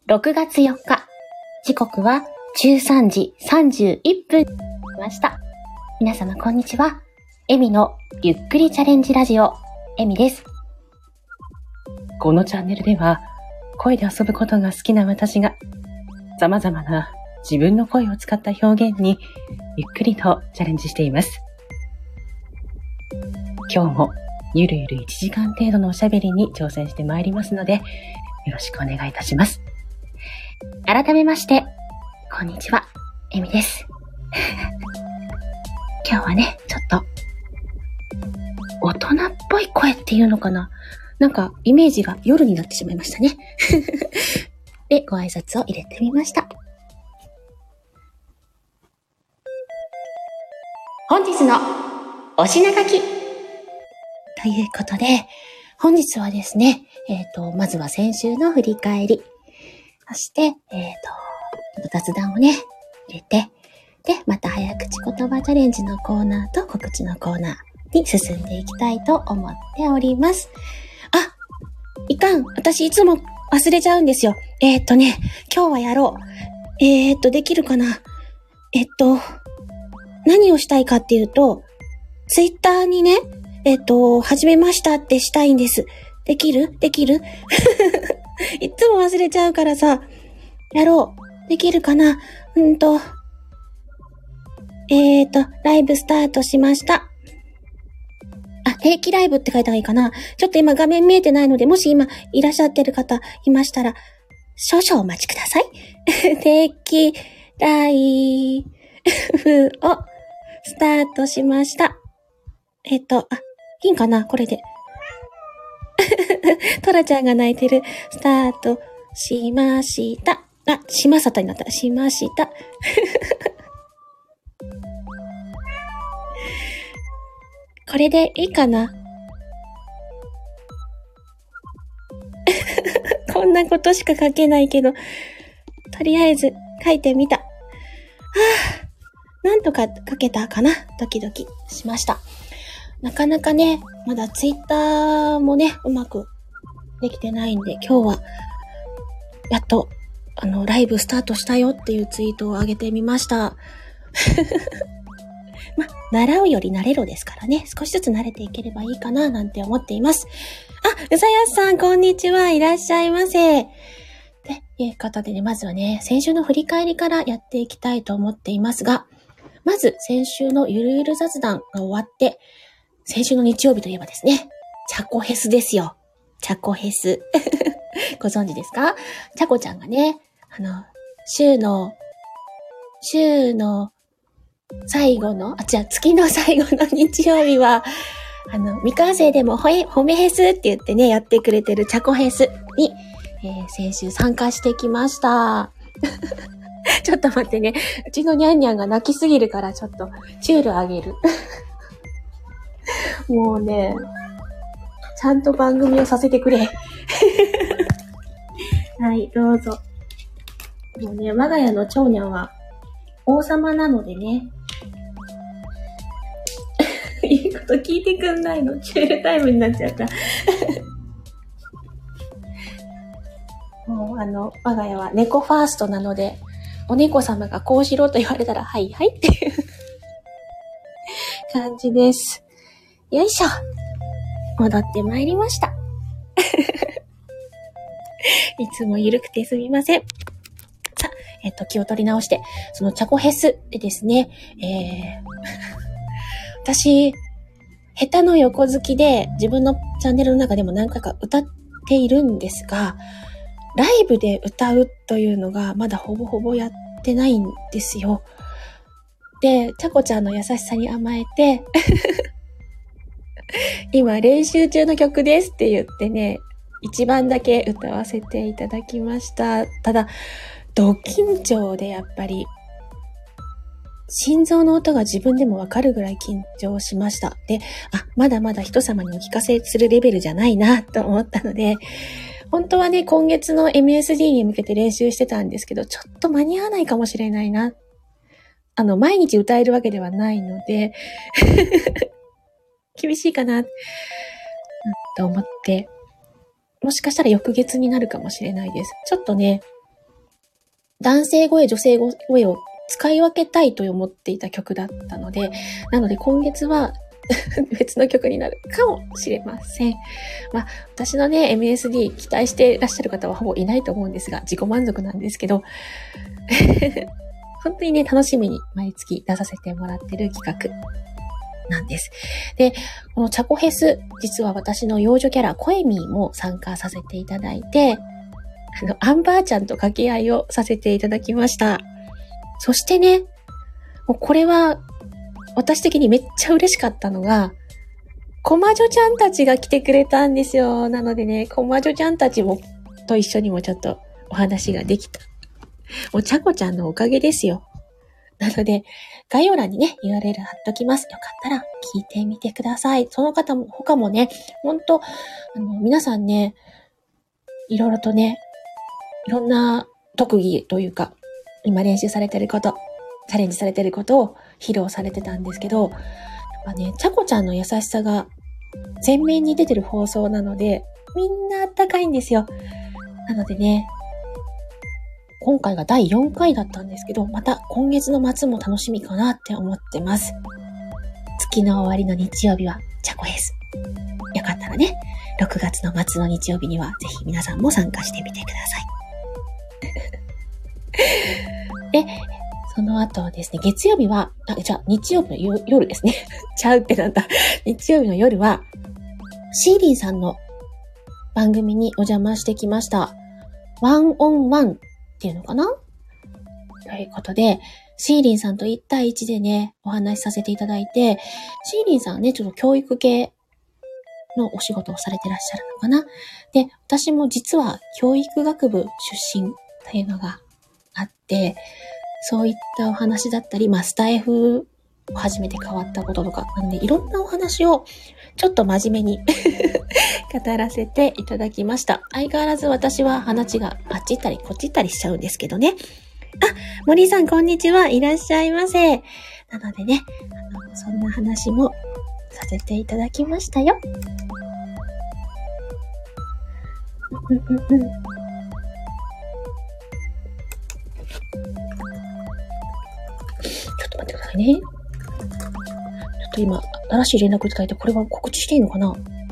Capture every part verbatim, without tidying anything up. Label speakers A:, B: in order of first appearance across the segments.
A: ろくがつよっか、時刻はじゅうさんじさんじゅういっぷんになりました。皆様こんにちは。エミのゆっくりチャレンジラジオ、エミです。このチャンネルでは、声で遊ぶことが好きな私が、様々な自分の声を使った表現にゆっくりとチャレンジしています。今日もゆるゆるいちじかん程度のおしゃべりに挑戦してまいりますので、よろしくお願いいたします。改めまして、こんにちは、エミです。今日はね、ちょっと、大人っぽい声っていうのかな？なんか、イメージが夜になってしまいましたね。で、ご挨拶を入れてみました。本日のお品書きということで、本日はですね、えっと、まずは先週の振り返り。そして、えっと、雑談をね、入れて、で、また早口言葉チャレンジのコーナーと告知のコーナーに進んでいきたいと思っております。あ、いかん。私いつも忘れちゃうんですよ。えー、っとね、今日はやろう。えー、っと、できるかな。えっと、何をしたいかっていうと、ツイッターにね、えっと、始めましたってしたいんです。できる？できる？いつも忘れちゃうからさ、やろう。できるかな？うんと、えーと、ライブスタートしました。あ、定期ライブって書いた方がいいかな。ちょっと今画面見えてないので、もし今いらっしゃってる方いましたら、少々お待ちください。定期ライブをスタートしました。えっと、あ、いいんかなこれで。トラちゃんが泣いてる。スタートしました。あ、しまさたになった。しました。これでいいかなこんなことしか書けないけど、とりあえず書いてみた。はぁ、なんとか書けたかなドキドキしました。なかなかね、まだツイッターもね、うまくできてないんで、今日は、やっと、あの、ライブスタートしたよっていうツイートを上げてみました。ま、習うより慣れろですからね、少しずつ慣れていければいいかな、なんて思っています。あ、うさやすさん、こんにちは。いらっしゃいませ。ということでね、まずはね、先週の振り返りからやっていきたいと思っていますが、まず、先週のゆるゆる雑談が終わって、先週の日曜日といえばですね、チャコヘスですよ。チャコヘス。ご存知ですか？チャコちゃんがね、あの、週の、週の最後の、あ、違う、月の最後の日曜日は、あの、未完成でもほえ、褒めヘスって言ってね、やってくれてるチャコヘスに、えー、先週参加してきました。ちょっと待ってね、うちのニャンニャンが泣きすぎるからちょっとチュールあげる。もうね、ちゃんと番組をさせてくれ。はい、どうぞ。もうね、我が家の長女は王様なのでね。いいこと聞いてくんないの。チュールタイムになっちゃった。もうあの、我が家は猫ファーストなので、お猫様がこうしろと言われたら、はいはいっていう感じです。よいしょ。戻ってまいりました。いつもゆるくてすみません。さあ、えっと、気を取り直して、そのチャコヘスでですね、えー、私、下手の横好きで自分のチャンネルの中でも何回か歌っているんですが、ライブで歌うというのがまだほぼほぼやってないんですよ。で、チャコちゃんの優しさに甘えて、今練習中の曲ですって言ってね、一番だけ歌わせていただきました。ただ、ド緊張でやっぱり、心臓の音が自分でもわかるぐらい緊張しました。で、あ、まだまだ人様にお聞かせするレベルじゃないなと思ったので、本当はね、今月の エムエスディー に向けて練習してたんですけど、ちょっと間に合わないかもしれないな。あの、毎日歌えるわけではないので、厳しいかな、と思って、もしかしたら翌月になるかもしれないです。ちょっとね、 男性声、女性声を使い分けたいと思っていた曲だったので、なので今月は別の曲になるかもしれません。まあ、私のね、エムエスディー 期待していらっしゃる方はほぼいないと思うんですが、自己満足なんですけど、本当にね、楽しみに毎月出させてもらってる企画なんです。で、このチャコフェス、実は私の幼女キャラ、コエミーも参加させていただいて、あの、アンバーちゃんと掛け合いをさせていただきました。そしてね、もうこれは、私的にめっちゃ嬉しかったのが、コマジョちゃんたちが来てくれたんですよ。なのでね、コマジョちゃんたちも、と一緒にもちょっとお話ができた。もうチャコちゃんのおかげですよ。なので、概要欄にね、ユーアールエル 貼っときます。よかったら聞いてみてください。その方も、他もね、ほんと、あの、皆さんね、いろいろとね、いろんな特技というか、今練習されてること、チャレンジされてることを披露されてたんですけど、やっぱね、チャコちゃんの優しさが前面に出てる放送なので、みんなあったかいんですよ。なのでね、今回がだいよんかいだったんですけど、また今月の末も楽しみかなって思ってます。月の終わりの日曜日はチャコフェス。よかったらね、ろくがつの末の日曜日にはぜひ皆さんも参加してみてください。で、その後ですね、月曜日は、あ、じゃあ日曜日の夜ですね。ちゃうってなんだ。日曜日の夜は、シーリンさんの番組にお邪魔してきました。ワンオンワンっていうのかなということで、シーリンさんといち対いちでね、お話しさせていただいて、シーリンさんはね、ちょっと教育系のお仕事をされてらっしゃるのかな。で、私も実は教育学部出身というのがあって、そういったお話だったり、まあ、スタイフを初めて変わったこととか、なので、いろんなお話をちょっと真面目に語らせていただきました。相変わらず私は話があっち行ったりこっち行ったりしちゃうんですけどね。あ、森さんこんにちは。いらっしゃいませ。なのでね、あのそんな話もさせていただきましたよ。うんうんうん。ちょっと待ってくださいね。ちょっと今、新しい連絡いただいて、これは告知していいのかな？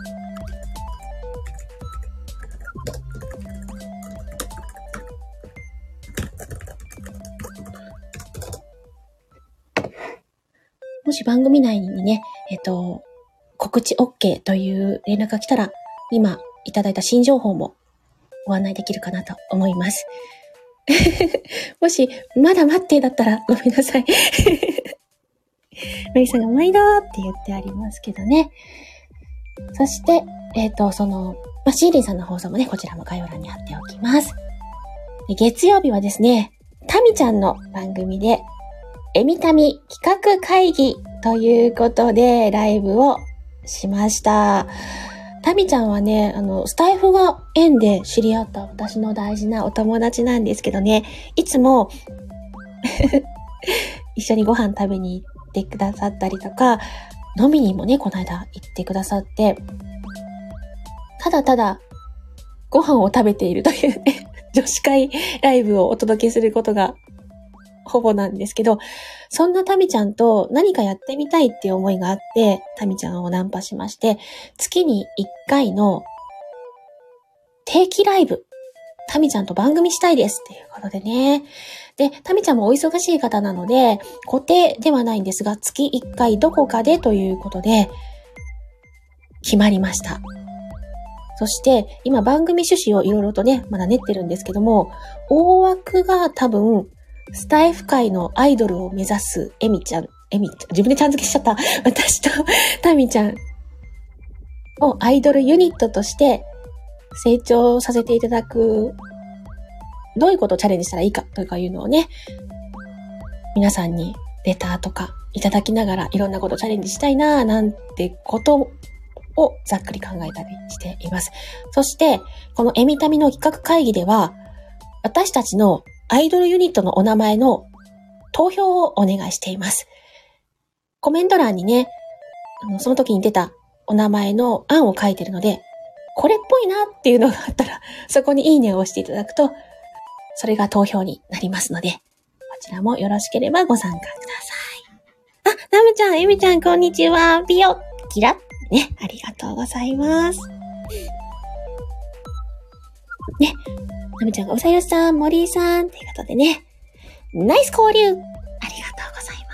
A: もし番組内にね、えっと、告知 OK という連絡が来たら、今いただいた新情報もご案内できるかなと思います。もし、まだ待ってだったらごめんなさい。マリさんが毎度って言ってありますけどね。そして、えっと、その、まあ、シーリンさんの放送もね、こちらも概要欄に貼っておきます。で月曜日はですね、タミちゃんの番組で、エミタミ企画会議ということで、ライブをしました。タミちゃんはね、あの、スタイフが縁で知り合った私の大事なお友達なんですけどね、いつも一緒にご飯食べに行ってくださったりとか、飲みにもね、この間行ってくださって、ただただご飯を食べているというね、女子会ライブをお届けすることがほぼなんですけど、そんなタミちゃんと何かやってみたいっていう思いがあって、タミちゃんをナンパしまして、月にいっかいの定期ライブ、タミちゃんと番組したいですっていうことでね。で、タミちゃんもお忙しい方なので、固定ではないんですが、月いっかいどこかでということで、決まりました。そして、今番組趣旨をいろいろとね、まだ練ってるんですけども、大枠が多分、スタイフ界のアイドルを目指すエミちゃん、エミちゃん、自分でちゃん付けしちゃった。私とタミちゃんをアイドルユニットとして成長させていただく、どういうことをチャレンジしたらいいかとかいうのをね、皆さんにレターとかいただきながらいろんなことをチャレンジしたいなぁなんてことをざっくり考えたりしています。そして、このエミタミの企画会議では、私たちのアイドルユニットのお名前の投票をお願いしています。コメント欄にね、あのその時に出たお名前の案を書いてるので、これっぽいなっていうのがあったら、そこにいいねを押していただくと、 それが投票になりますので、こちらもよろしければご参加ください。あ、ナムちゃん、エミちゃん、こんにちは。ピヨキラね、ありがとうございます。ね、ナムちゃんがうさよしさん、森井さん、ということでね、ナイス交流ありがとうござい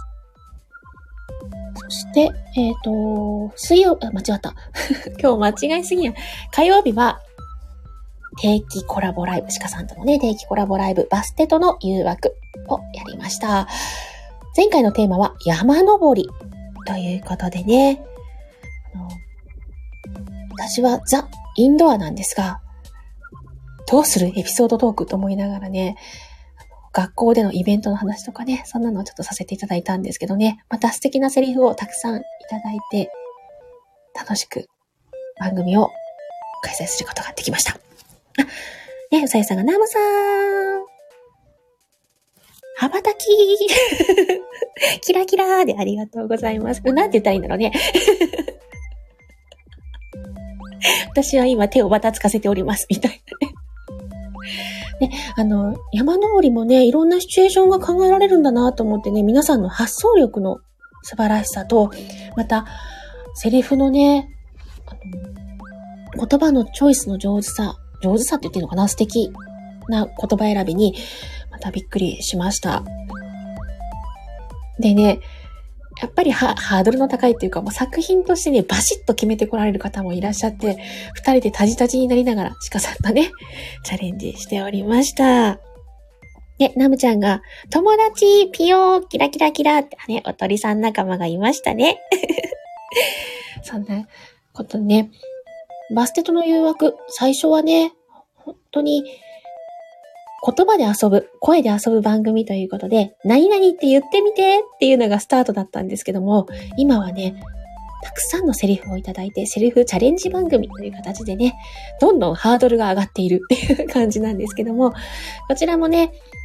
A: ます。そして、えっと、水曜、あ、間違った。今日間違いすぎや。火曜日は、定期コラボライブ、鹿さんとのね、定期コラボライブ、バステとの誘惑をやりました。前回のテーマは山登りということでね、あの私はザ・インドアなんですが、どうするエピソードトークと思いながらね、学校でのイベントの話とかね、そんなのをちょっとさせていただいたんですけどね、また素敵なセリフをたくさんいただいて、楽しく番組を開催することができました。あ、ね、うさゆさんがナムさーん。羽ばたきーキラキラーでありがとうございます。なんて言ったらいいんだろうね。私は今手をばたつかせております、みたいなね。ね、あの、山登りもね、いろんなシチュエーションが考えられるんだなと思ってね、皆さんの発想力の素晴らしさと、また、セリフのね、あの言葉のチョイスの上手さ、上手さって言っていいのかな、素敵な言葉選びにまたびっくりしました。でね、やっぱりハードルの高いっていうか、もう作品としてね、バシッと決めてこられる方もいらっしゃって、二人でタジタジになりながら、鹿さんとね、チャレンジしておりました。ね、ナムちゃんが、友達、ピヨー、キラキラキラってね、おとりさん仲間がいましたね。そんなことね。バステとの誘惑、最初はね、本当に言葉で遊ぶ、声で遊ぶ番組ということで、何々って言ってみてっていうのがスタートだったんですけども、今はね、たくさんのセリフをいただいて、セリフチャレンジ番組という形でね、どんどんハードルが上がっているっていう感じなんですけども、こちらもね、